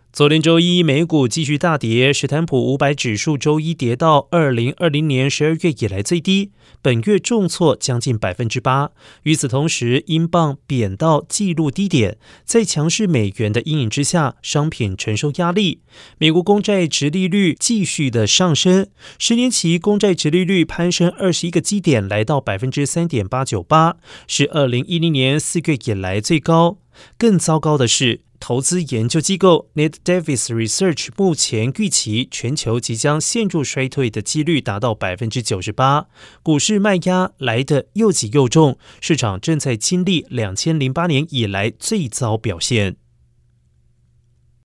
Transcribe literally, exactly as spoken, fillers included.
昨天周一，美股继续大跌，史坦普五百指数周一跌到二零二零年十二月以来最低，本月重挫将近百分之八。与此同时，英镑贬到纪录低点，在强势美元的阴影之下，商品承受压力。美国公债殖利率继续的上升，十年期公债殖利率攀升二十一个基点，来到百分之三点八九八，是二零一零年四月以来最高。更糟糕的是，投资研究机构 Ned Davis Research 目前预期全球即将陷入衰退的几率达到 百分之九十八， 股市卖压来得又急又重，市场正在经历两千零八年以来最糟表现。